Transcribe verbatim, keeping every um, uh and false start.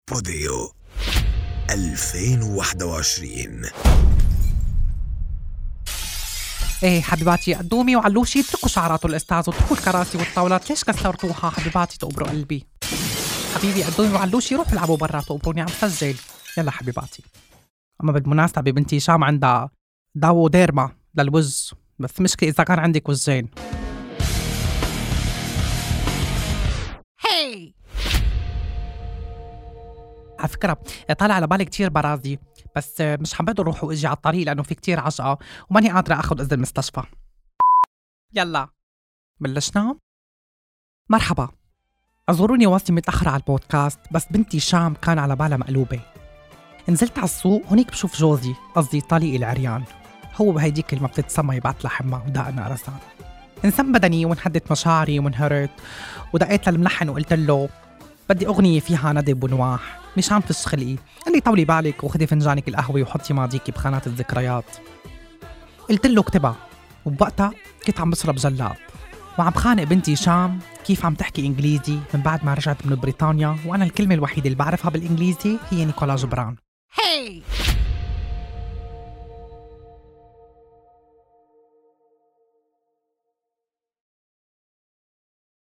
بوديو ألفين وواحد وعشرين. ايه حبيباتي، قدومي وعلوشي اتركوا شعرات الأستاذ واتركوا الكراسي والطاولات، ليش كسرتوها حبيباتي؟ تقبروا قلبي. حبيبي قدومي وعلوشي روحوا العبوا برا، تقبروني عم سجل. يلا حبيباتي. أما بالمناسبة بنتي هشام عندها داو ديرما للوز، بس مشكلة إذا كان عندك وزين. هي على فكرة طالع على بالي كتير براضي، بس مش حابة اروح واجي على الطريق لانه في كتير عجقة وماني قادرة اخذ اذن المستشفى. يلا بلشنا. مرحبا، اعذروني واصلي متأخرة على البودكاست، بس بنتي شام كان على بالها مقلوبة. نزلت على السوق هونيك بشوف جوزي، قصدي طليقي العريان، هو بهيديك اللي ما بتتسمى يبعت لها حمى ودقنا رسان. انسان بدني وانحدت مشاعري وانهرت، ودقيت للملحن وقلت له بدي أغنية فيها ندب ونواح، مش عم تشخلقي. قال لي طولي بالك وخدي فنجانك القهوة وحطي ماضيكي بخانات الذكريات. قلت له اكتبها، وبوقتها كنت عم بشرب جلاب وعم خانق بنتي هشام كيف عم تحكي إنجليزي من بعد ما رجعت من بريطانيا، وأنا الكلمة الوحيدة اللي بعرفها بالإنجليزي هي نيكولا جبران. هي